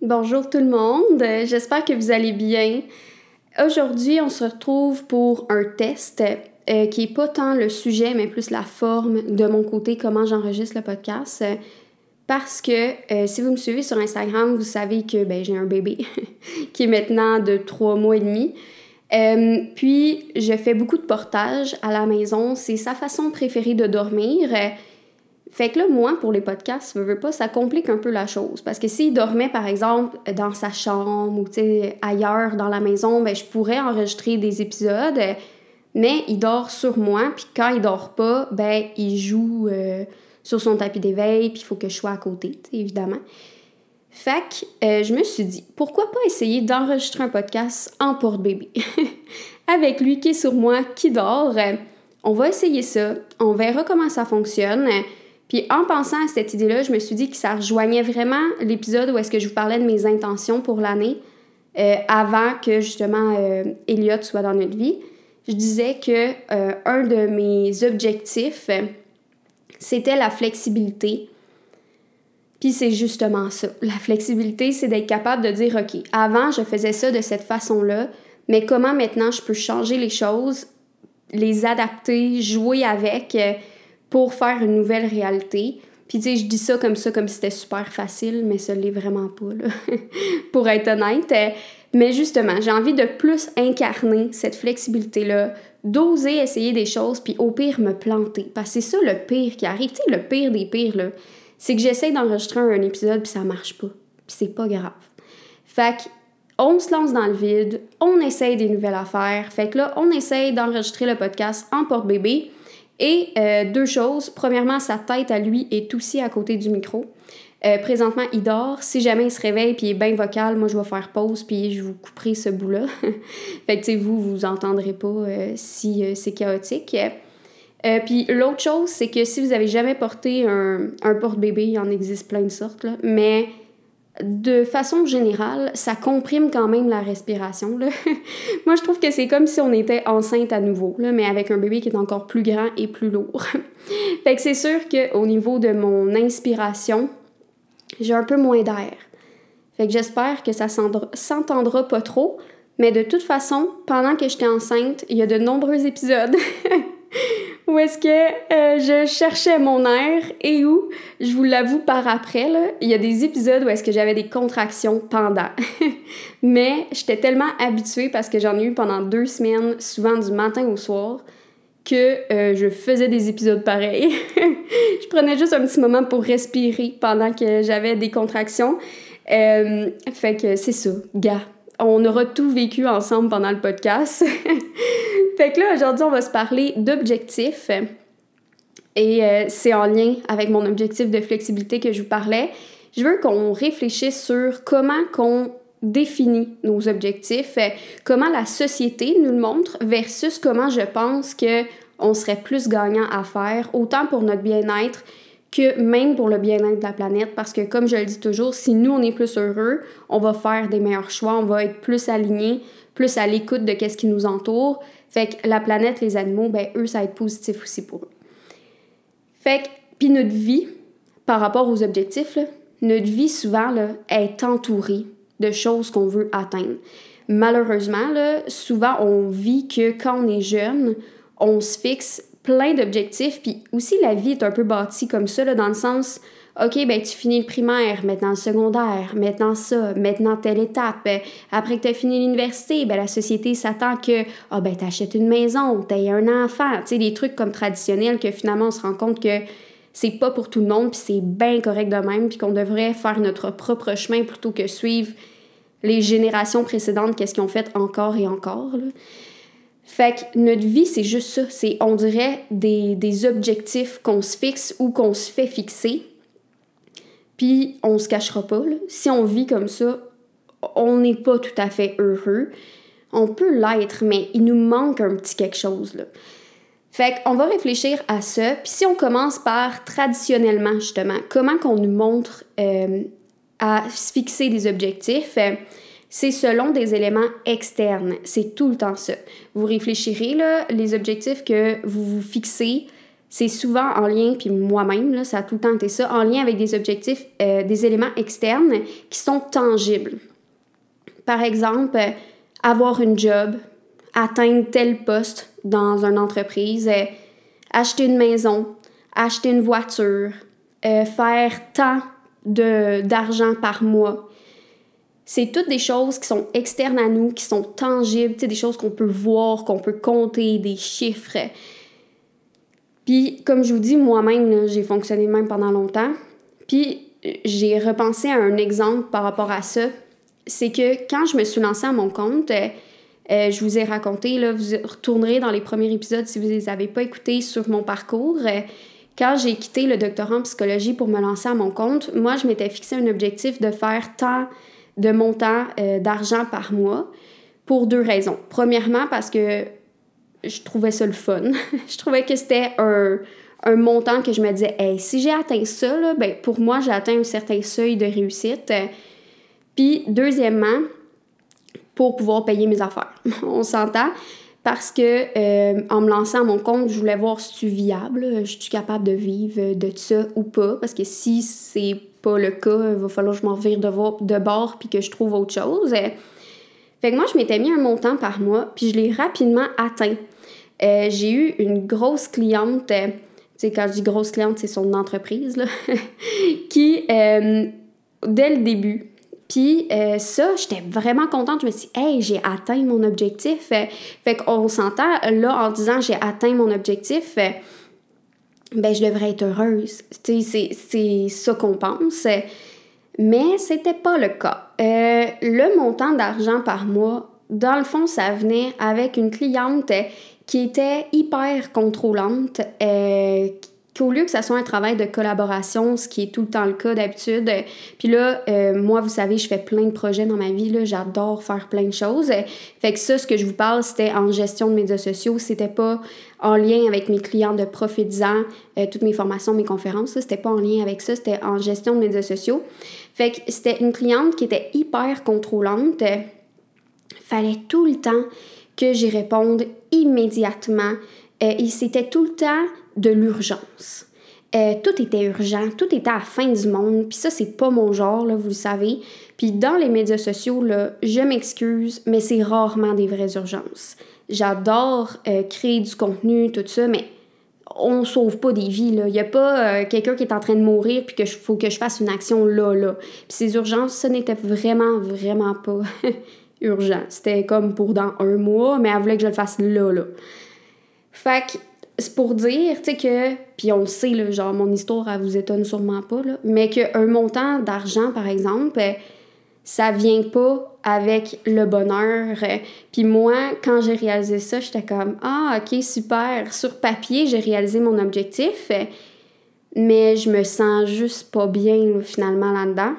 Bonjour tout le monde, j'espère que vous allez bien. Aujourd'hui, on se retrouve pour un test qui n'est pas tant le sujet, mais plus la forme de mon côté, comment j'enregistre le podcast. Parce que si vous me suivez sur Instagram, vous savez que j'ai un bébé qui est maintenant de 3 mois et demi. Puis, je fais beaucoup de portage à la maison. C'est sa façon préférée de dormir. Fait que là, moi, pour les podcasts, veux pas, ça complique un peu la chose. Parce que s'il dormait, par exemple, dans sa chambre ou, ailleurs dans la maison, je pourrais enregistrer des épisodes, mais il dort sur moi, puis quand il dort pas, il joue sur son tapis d'éveil, puis il faut que je sois à côté, évidemment. Fait que je me suis dit, pourquoi pas essayer d'enregistrer un podcast en porte-bébé? Avec lui qui est sur moi, qui dort. On va essayer ça, on verra comment ça fonctionne. Puis en pensant à cette idée-là, je me suis dit que ça rejoignait vraiment l'épisode où est-ce que je vous parlais de mes intentions pour l'année avant que justement Elliot soit dans notre vie. Je disais que un de mes objectifs, c'était la flexibilité. Puis c'est justement ça. La flexibilité, c'est d'être capable de dire, OK, avant, je faisais ça de cette façon-là, mais comment maintenant je peux changer les choses, les adapter, jouer avec pour faire une nouvelle réalité. Puis je dis ça comme si c'était super facile, mais ça l'est vraiment pas, là, pour être honnête. Mais justement, j'ai envie de plus incarner cette flexibilité-là, d'oser essayer des choses, puis au pire, me planter. Parce que c'est ça le pire qui arrive. Le pire des pires, là, c'est que j'essaie d'enregistrer un épisode, puis ça marche pas. Puis c'est pas grave. Fait que on se lance dans le vide, on essaye des nouvelles affaires. Fait que là, on essaye d'enregistrer le podcast en porte-bébé. Et deux choses. Premièrement, sa tête à lui est aussi à côté du micro. Présentement, il dort. Si jamais il se réveille et il est bien vocal, moi, je vais faire pause puis je vous couperai ce bout-là. Fait que, vous entendrez pas si c'est chaotique. Puis l'autre chose, c'est que si vous avez jamais porté un porte-bébé, il en existe plein de sortes, là, mais de façon générale, ça comprime quand même la respiration, là. Moi, je trouve que c'est comme si on était enceinte à nouveau, là, mais avec un bébé qui est encore plus grand et plus lourd. Fait que c'est sûr qu'au niveau de mon inspiration, j'ai un peu moins d'air. Fait que j'espère que ça s'entendra pas trop, mais de toute façon, pendant que j'étais enceinte, il y a de nombreux épisodes où est-ce que je cherchais mon air et où, je vous l'avoue par après, là, il y a des épisodes où est-ce que j'avais des contractions pendant. Mais j'étais tellement habituée parce que j'en ai eu pendant 2 semaines, souvent du matin au soir, que je faisais des épisodes pareils. Je prenais juste un petit moment pour respirer pendant que j'avais des contractions. Fait que c'est ça, gars. On aura tout vécu ensemble pendant le podcast. Fait que là, aujourd'hui, on va se parler d'objectifs. Et c'est en lien avec mon objectif de flexibilité que je vous parlais. Je veux qu'on réfléchisse sur comment qu'on définit nos objectifs, comment la société nous le montre versus comment je pense qu'on serait plus gagnant à faire, autant pour notre bien-être que même pour le bien-être de la planète, parce que comme je le dis toujours, si nous on est plus heureux, on va faire des meilleurs choix, on va être plus alignés, plus à l'écoute de qu'est-ce qui nous entoure. Fait que la planète, les animaux, eux, ça va être positif aussi pour eux. Fait que, puis notre vie, par rapport aux objectifs, là, notre vie souvent là, est entourée de choses qu'on veut atteindre. Malheureusement, là, souvent on vit que quand on est jeune, on se fixe plein d'objectifs, puis aussi la vie est un peu bâtie comme ça, là, dans le sens, OK, tu finis le primaire, maintenant le secondaire, maintenant ça, maintenant telle étape. Après que tu as fini l'université, la société s'attend que, t'achètes une maison, t'aies un enfant, tu sais, des trucs comme traditionnels que finalement on se rend compte que c'est pas pour tout le monde, puis c'est bien correct de même, puis qu'on devrait faire notre propre chemin plutôt que suivre les générations précédentes, qu'est-ce qu'ils ont fait encore et encore, là. Fait que notre vie, c'est juste ça. C'est, on dirait, des objectifs qu'on se fixe ou qu'on se fait fixer. Puis, on se cachera pas, là. Si on vit comme ça, on n'est pas tout à fait heureux. On peut l'être, mais il nous manque un petit quelque chose, là. Fait qu'on va réfléchir à ça. Puis si on commence par, traditionnellement, justement, comment qu'on nous montre à se fixer des objectifs, c'est selon des éléments externes. C'est tout le temps ça. Vous réfléchirez, là, les objectifs que vous vous fixez, c'est souvent en lien, puis moi-même, là, ça a tout le temps été ça, en lien avec des objectifs, des éléments externes qui sont tangibles. Par exemple, avoir une job, atteindre tel poste dans une entreprise, acheter une maison, acheter une voiture, faire tant d'argent par mois. C'est toutes des choses qui sont externes à nous, qui sont tangibles, des choses qu'on peut voir, qu'on peut compter, des chiffres. Puis, comme je vous dis, moi-même, là, j'ai fonctionné de même pendant longtemps. Puis, j'ai repensé à un exemple par rapport à ça. C'est que quand je me suis lancée à mon compte, je vous ai raconté, là, vous retournerez dans les premiers épisodes si vous ne les avez pas écoutés sur mon parcours. Quand j'ai quitté le doctorat en psychologie pour me lancer à mon compte, moi, je m'étais fixé un objectif de faire tant de montant d'argent par mois pour 2 raisons. Premièrement, parce que je trouvais ça le fun. Je trouvais que c'était un montant que je me disais, hey, si j'ai atteint ça, là, ben, pour moi, j'ai atteint un certain seuil de réussite. Puis, deuxièmement, pour pouvoir payer mes affaires. On s'entend parce que en me lançant à mon compte, je voulais voir si c'est viable, je suis capable de vivre de ça ou pas. Parce que si c'est pas le cas, il va falloir que je m'en revire de bord puis que je trouve autre chose. Fait que moi, je m'étais mis un montant par mois, puis je l'ai rapidement atteint. J'ai eu une grosse cliente, tu sais, quand je dis grosse cliente, c'est son entreprise, là, qui, dès le début, puis ça, j'étais vraiment contente. Je me suis dit, hey, j'ai atteint mon objectif. Fait qu'on s'entend, là, en disant j'ai atteint mon objectif, ben je devrais être heureuse. Tu sais, c'est ça qu'on pense. Mais c'était pas le cas. Le montant d'argent par mois, dans le fond, ça venait avec une cliente qui était hyper contrôlante, qu'au lieu que ça soit un travail de collaboration, ce qui est tout le temps le cas d'habitude, puis là, moi, vous savez, je fais plein de projets dans ma vie, là, j'adore faire plein de choses. Fait que ça, ce que je vous parle, c'était en gestion de médias sociaux, c'était pas en lien avec mes clients de Profites-en, toutes mes formations, mes conférences, ça, c'était pas en lien avec ça, c'était en gestion de médias sociaux. Fait que c'était une cliente qui était hyper contrôlante. Fallait tout le temps que j'y réponde immédiatement. Et c'était tout le temps de l'urgence. Tout était urgent, tout était à la fin du monde. Puis ça, c'est pas mon genre, là, vous le savez. Puis dans les médias sociaux, là, je m'excuse, mais c'est rarement des vraies urgences. J'adore créer du contenu, tout ça, mais on sauve pas des vies, là. Il y a pas quelqu'un qui est en train de mourir puis qu'il faut que je fasse une action là. Puis ces urgences, ça n'était vraiment, vraiment pas urgent. C'était comme pour dans 1 mois, mais elle voulait que je le fasse là. Fait que c'est pour dire, tu sais, que, puis on le sait, là, genre, mon histoire, elle vous étonne sûrement pas, là, mais qu'un montant d'argent, par exemple, ça vient pas avec le bonheur. Puis moi, quand j'ai réalisé ça, j'étais comme, ah, ok, super. Sur papier, j'ai réalisé mon objectif, mais je me sens juste pas bien, là, finalement, là-dedans.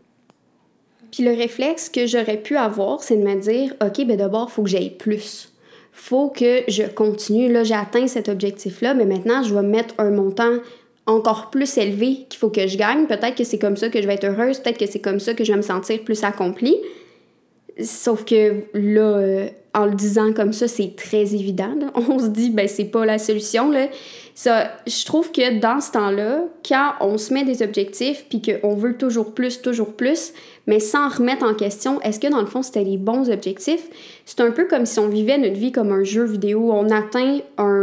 Puis le réflexe que j'aurais pu avoir, c'est de me dire, ok, ben d'abord, il faut que j'aille plus. Faut que je continue. Là, j'ai atteint cet objectif-là, mais maintenant, je vais mettre un montant encore plus élevé qu'il faut que je gagne. Peut-être que c'est comme ça que je vais être heureuse. Peut-être que c'est comme ça que je vais me sentir plus accomplie. Sauf que là, en le disant comme ça, c'est très évident. Là. On se dit, ben c'est pas la solution. Là. Ça, je trouve que dans ce temps-là, quand on se met des objectifs puis qu'on veut toujours plus, mais sans remettre en question, est-ce que dans le fond, c'était les bons objectifs? C'est un peu comme si on vivait notre vie comme un jeu vidéo. On atteint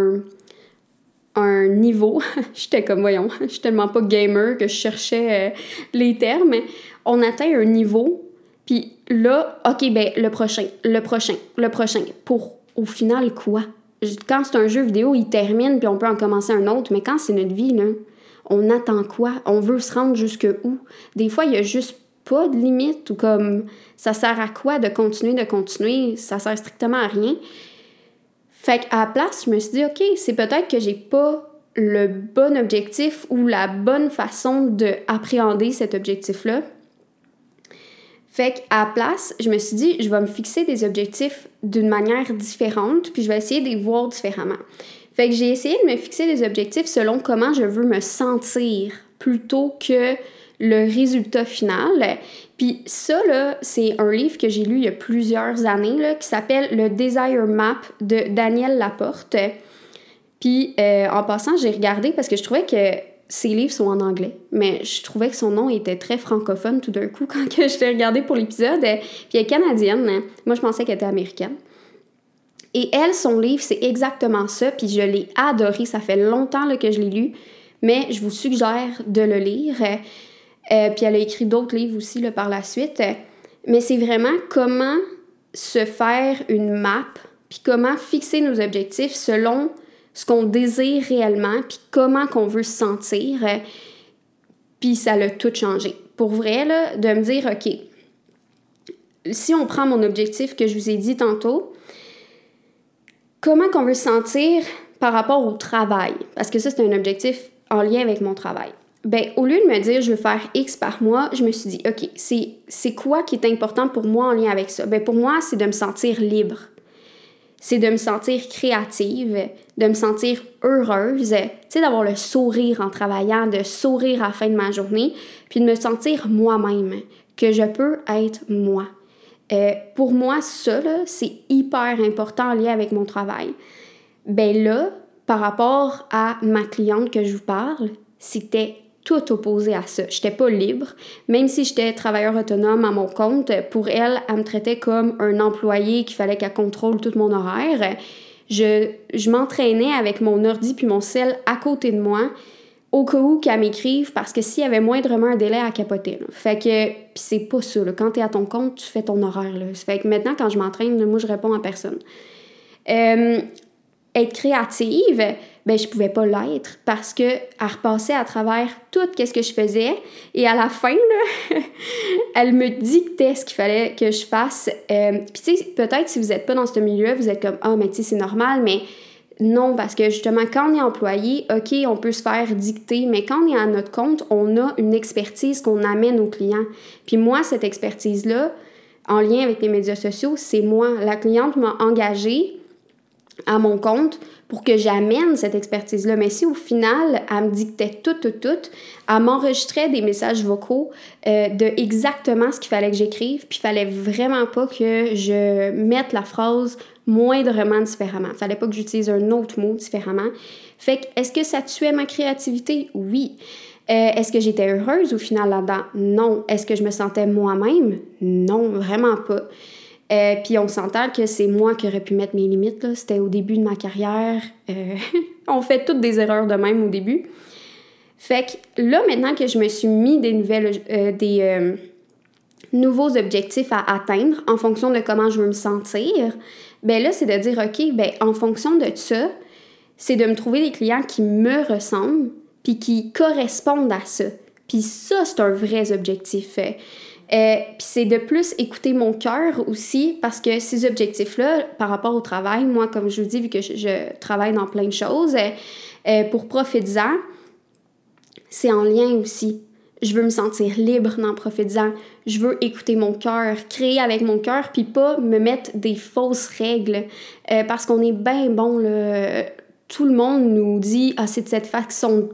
un niveau. J'étais comme, voyons, je suis tellement pas gamer que je cherchais les termes. On atteint un niveau, puis là, OK, ben le prochain. Pour, au final, quoi? Quand c'est un jeu vidéo, il termine, puis on peut en commencer un autre, mais quand c'est notre vie, là, on attend quoi? On veut se rendre jusque où? Des fois, il y a juste pas de limite, ou comme, ça sert à quoi de continuer? Ça sert strictement à rien. Fait qu'à la place, je me suis dit, OK, c'est peut-être que j'ai pas le bon objectif ou la bonne façon d'appréhender cet objectif-là. Fait qu'à la place, je me suis dit, je vais me fixer des objectifs d'une manière différente, puis je vais essayer de les voir différemment. Fait que j'ai essayé de me fixer des objectifs selon comment je veux me sentir, plutôt que le résultat final. Puis ça, là, c'est un livre que j'ai lu il y a plusieurs années, là, qui s'appelle « Le Desire Map » de Daniel Laporte. Puis, en passant, j'ai regardé parce que je trouvais que ses livres sont en anglais, mais je trouvais que son nom était très francophone tout d'un coup quand que je l'ai regardé pour l'épisode. Puis elle est canadienne. Moi, je pensais qu'elle était américaine. Et elle, son livre, c'est exactement ça, puis je l'ai adoré. Ça fait longtemps là, que je l'ai lu, mais je vous suggère de le lire. Puis elle a écrit d'autres livres aussi là, par la suite. Mais c'est vraiment comment se faire une map, puis comment fixer nos objectifs selon ce qu'on désire réellement, puis comment qu'on veut se sentir. Puis ça l'a tout changé. Pour vrai, là, de me dire, OK, si on prend mon objectif que je vous ai dit tantôt, comment qu'on veut se sentir par rapport au travail? Parce que ça, c'est un objectif en lien avec mon travail. Ben, au lieu de me dire, je veux faire X par mois, je me suis dit, OK, c'est quoi qui est important pour moi en lien avec ça? Ben, pour moi, c'est de me sentir libre. C'est de me sentir créative, de me sentir heureuse, tu sais, d'avoir le sourire en travaillant, de sourire à la fin de ma journée, puis de me sentir moi-même, que je peux être moi. Pour moi, ça, là, c'est hyper important en lien avec mon travail. Ben là, par rapport à ma cliente que je vous parle, c'était tout opposé à ça. J'étais pas libre. Même si j'étais travailleur autonome à mon compte, pour elle, elle me traitait comme un employé qu'il fallait qu'elle contrôle tout mon horaire. Je m'entraînais avec mon ordi puis mon cell à côté de moi au cas où qu'elle m'écrive parce que s'il y avait moindrement un délai à capoter. Là. Fait que, pis c'est pas ça. Là. Quand t'es à ton compte, tu fais ton horaire. Là. Fait que maintenant, quand je m'entraîne, moi, je réponds à personne. Être créative, ben je pouvais pas l'être parce que elle repassait à travers tout ce que je faisais et à la fin là, elle me dictait ce qu'il fallait que je fasse. Puis tu sais, peut-être si vous êtes pas dans ce milieu-là, vous êtes comme mais tu sais c'est normal, mais non parce que justement quand on est employé, ok on peut se faire dicter, mais quand on est à notre compte, on a une expertise qu'on amène aux clients. Puis moi cette expertise là, en lien avec les médias sociaux, c'est moi. La cliente m'a engagée à mon compte pour que j'amène cette expertise-là. Mais si au final, elle me dictait tout, elle m'enregistrait des messages vocaux de exactement ce qu'il fallait que j'écrive, puis il fallait vraiment pas que je mette la phrase moindrement différemment. Il fallait pas que j'utilise un autre mot différemment. Fait que, est-ce que ça tuait ma créativité? Oui. Est-ce que j'étais heureuse au final là-dedans? Non. Est-ce que je me sentais moi-même? Non, vraiment pas. Puis on s'entend que c'est moi qui aurais pu mettre mes limites, là. C'était au début de ma carrière. On fait toutes des erreurs de même au début. Fait que là, maintenant que je me suis mis des nouveaux objectifs à atteindre en fonction de comment je veux me sentir, ben là, c'est de dire, OK, ben en fonction de ça, c'est de me trouver des clients qui me ressemblent puis qui correspondent à ça. Puis ça, c'est un vrai objectif. Puis c'est de plus écouter mon cœur aussi parce que ces objectifs-là, par rapport au travail, moi, comme je vous dis, vu que je travaille dans plein de choses, pour Profites-en, c'est en lien aussi. Je veux me sentir libre dans Profites-en. Je veux écouter mon cœur, créer avec mon cœur, puis pas me mettre des fausses règles. Parce qu'on est bien bon, là. Tout le monde nous dit « Ah, c'est de cette façon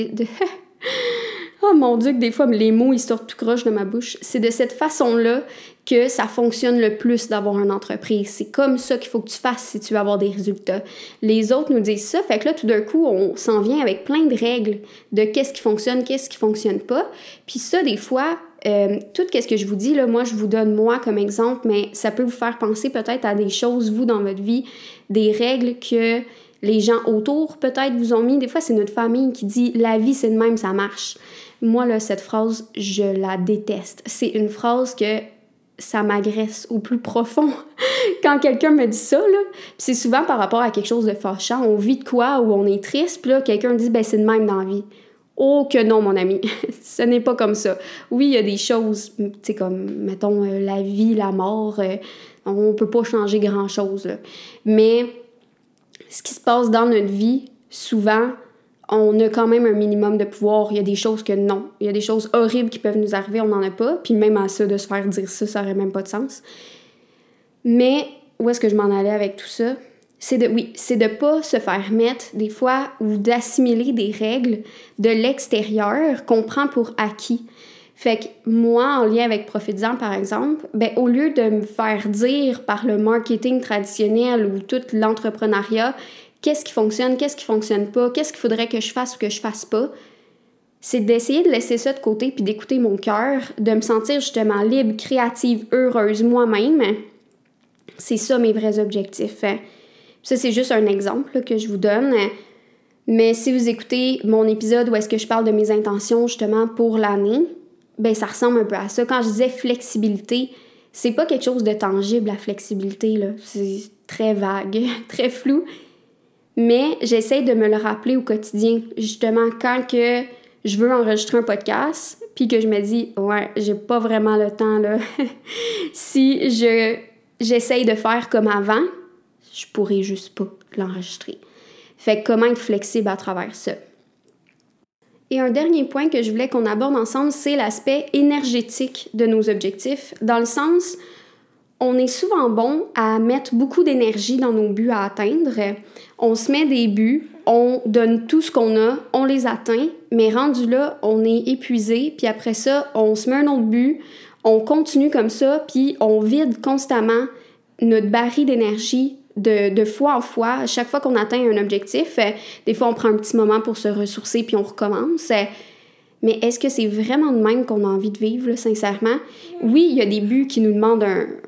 Oh mon Dieu, que des fois, les mots, ils sortent tout croche de ma bouche. C'est de cette façon-là que ça fonctionne le plus d'avoir une entreprise. C'est comme ça qu'il faut que tu fasses si tu veux avoir des résultats. Les autres nous disent ça, fait que là, tout d'un coup, on s'en vient avec plein de règles de qu'est-ce qui fonctionne, qu'est-ce qui fonctionne pas. Puis ça, des fois, tout ce que je vous dis, là, moi, je vous donne moi comme exemple, mais ça peut vous faire penser peut-être à des choses, vous, dans votre vie, des règles que les gens autour, peut-être, vous ont mis. Des fois, c'est notre famille qui dit « la vie, c'est de même, ça marche ». Moi, là, cette phrase, je la déteste. C'est une phrase que ça m'agresse au plus profond quand quelqu'un me dit ça, là. Puis c'est souvent par rapport à quelque chose de fâchant. On vit de quoi ou on est triste, puis là, quelqu'un dit « ben c'est de même dans la vie ». Oh que non, mon ami, ce n'est pas comme ça. Oui, il y a des choses, tu sais, comme, mettons, la vie, la mort, on peut pas changer grand-chose, là. Mais ce qui se passe dans notre vie, souvent, on a quand même un minimum de pouvoir. Il y a des choses que non. Il y a des choses horribles qui peuvent nous arriver, on n'en a pas. Puis même à ça, de se faire dire ça, ça n'aurait même pas de sens. Mais où est-ce que je m'en allais avec tout ça? C'est de pas se faire mettre des fois ou d'assimiler des règles de l'extérieur qu'on prend pour acquis. Fait que moi, en lien avec Profites-en, par exemple, ben au lieu de me faire dire par le marketing traditionnel ou tout l'entrepreneuriat qu'est-ce qui fonctionne pas, qu'est-ce qu'il faudrait que je fasse ou que je fasse pas. C'est d'essayer de laisser ça de côté puis d'écouter mon cœur, de me sentir justement libre, créative, heureuse moi-même. C'est ça mes vrais objectifs. Ça, c'est juste un exemple là, que je vous donne. Mais si vous écoutez mon épisode où est-ce que je parle de mes intentions justement pour l'année, ben ça ressemble un peu à ça. Quand je disais flexibilité, c'est pas quelque chose de tangible, la flexibilité, là. C'est très vague, très flou. Mais j'essaie de me le rappeler au quotidien. Justement, quand que je veux enregistrer un podcast, puis que je me dis « Ouais, j'ai pas vraiment le temps, là. » Si j'essaye de faire comme avant, je pourrais juste pas l'enregistrer. Fait que comment être flexible à travers ça? Et un dernier point que je voulais qu'on aborde ensemble, c'est l'aspect énergétique de nos objectifs. Dans le sens, on est souvent bon à mettre beaucoup d'énergie dans nos buts à atteindre. On se met des buts, on donne tout ce qu'on a, on les atteint, mais rendu là, on est épuisé, puis après ça, on se met un autre but, on continue comme ça, puis on vide constamment notre baril d'énergie de fois en fois, à chaque fois qu'on atteint un objectif. Des fois, on prend un petit moment pour se ressourcer, puis on recommence. Mais est-ce que c'est vraiment de même qu'on a envie de vivre, là, sincèrement? Oui, il y a des buts qui nous demandent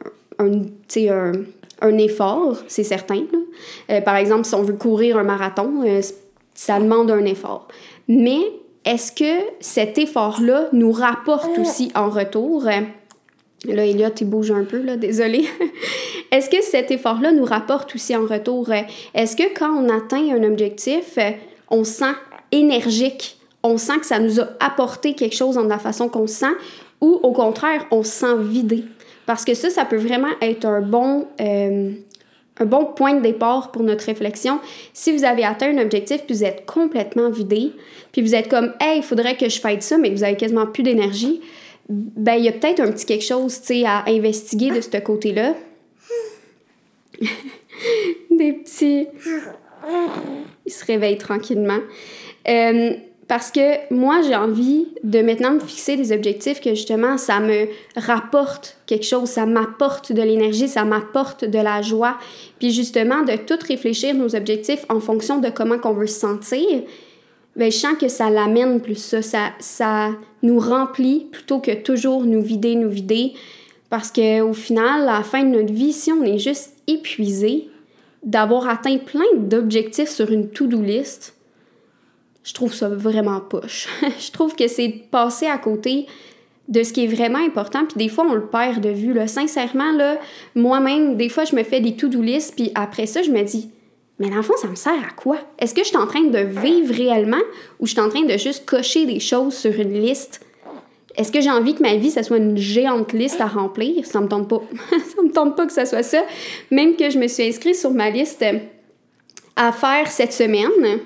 un effort, c'est certain. Par exemple, si on veut courir un marathon, ça demande un effort. Mais est-ce que cet effort-là nous rapporte aussi en retour? Là, Elliot, il bouge un peu, là, désolé. Est-ce que cet effort-là nous rapporte aussi en retour? Est-ce que quand on atteint un objectif, on se sent énergique? On sent que ça nous a apporté quelque chose dans la façon qu'on se sent? Ou au contraire, on se sent vidé? Parce que ça peut vraiment être un bon point de départ pour notre réflexion. Si vous avez atteint un objectif puis vous êtes complètement vidé, puis vous êtes comme « Hey, il faudrait que je fasse ça », mais que vous avez quasiment plus d'énergie, ben il y a peut-être un petit quelque chose, à investiguer de ce côté-là. Des petits... Ils se réveillent tranquillement. Parce que moi, j'ai envie de maintenant me fixer des objectifs que justement, ça me rapporte quelque chose, ça m'apporte de l'énergie, ça m'apporte de la joie. Puis justement, de tout réfléchir nos objectifs en fonction de comment qu'on veut se sentir, bien, je sens que ça l'amène plus ça nous remplit plutôt que toujours nous vider. Parce qu'au final, à la fin de notre vie, si on est juste épuisé d'avoir atteint plein d'objectifs sur une to-do list, je trouve ça vraiment poche. Je trouve que c'est passer à côté de ce qui est vraiment important, puis des fois, on le perd de vue. Là. Sincèrement, là, moi-même, des fois, je me fais des to-do lists, puis après ça, je me dis, mais dans le fond, ça me sert à quoi? Est-ce que je suis en train de vivre réellement ou je suis en train de juste cocher des choses sur une liste? Est-ce que j'ai envie que ma vie, ça soit une géante liste à remplir? Ça me tente pas. Ça me tente pas que ça soit ça. Même que je me suis inscrite sur ma liste à faire cette semaine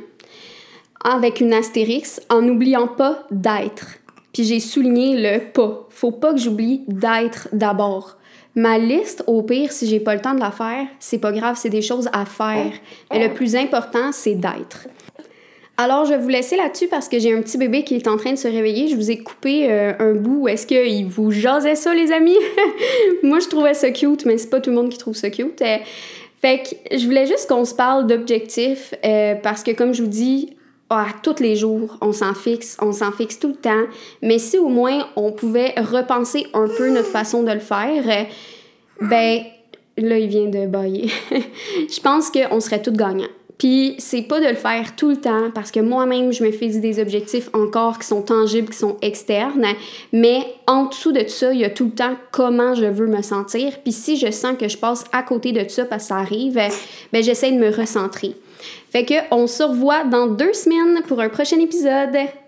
avec une astérix en n'oubliant pas d'être. Puis j'ai souligné le pas. Faut pas que j'oublie d'être d'abord. Ma liste, au pire, si j'ai pas le temps de la faire, c'est pas grave, c'est des choses à faire. Mais le plus important, c'est d'être. Alors, je vais vous laisser là-dessus parce que j'ai un petit bébé qui est en train de se réveiller. Je vous ai coupé un bout. Est-ce qu'il vous jasait ça, les amis? Moi, je trouvais ça cute, mais c'est pas tout le monde qui trouve ça cute. Fait que je voulais juste qu'on se parle d'objectifs parce que, comme je vous dis, tous les jours, on s'en fixe tout le temps. Mais si au moins on pouvait repenser un peu notre façon de le faire, ben là, il vient de bâiller. Je pense qu'on serait tous gagnants. Puis c'est pas de le faire tout le temps parce que moi-même, je me fixe des objectifs encore qui sont tangibles, qui sont externes. Mais en dessous de tout ça, il y a tout le temps comment je veux me sentir. Puis si je sens que je passe à côté de ça parce que ça arrive, ben j'essaie de me recentrer. Fait que on se revoit dans 2 semaines pour un prochain épisode.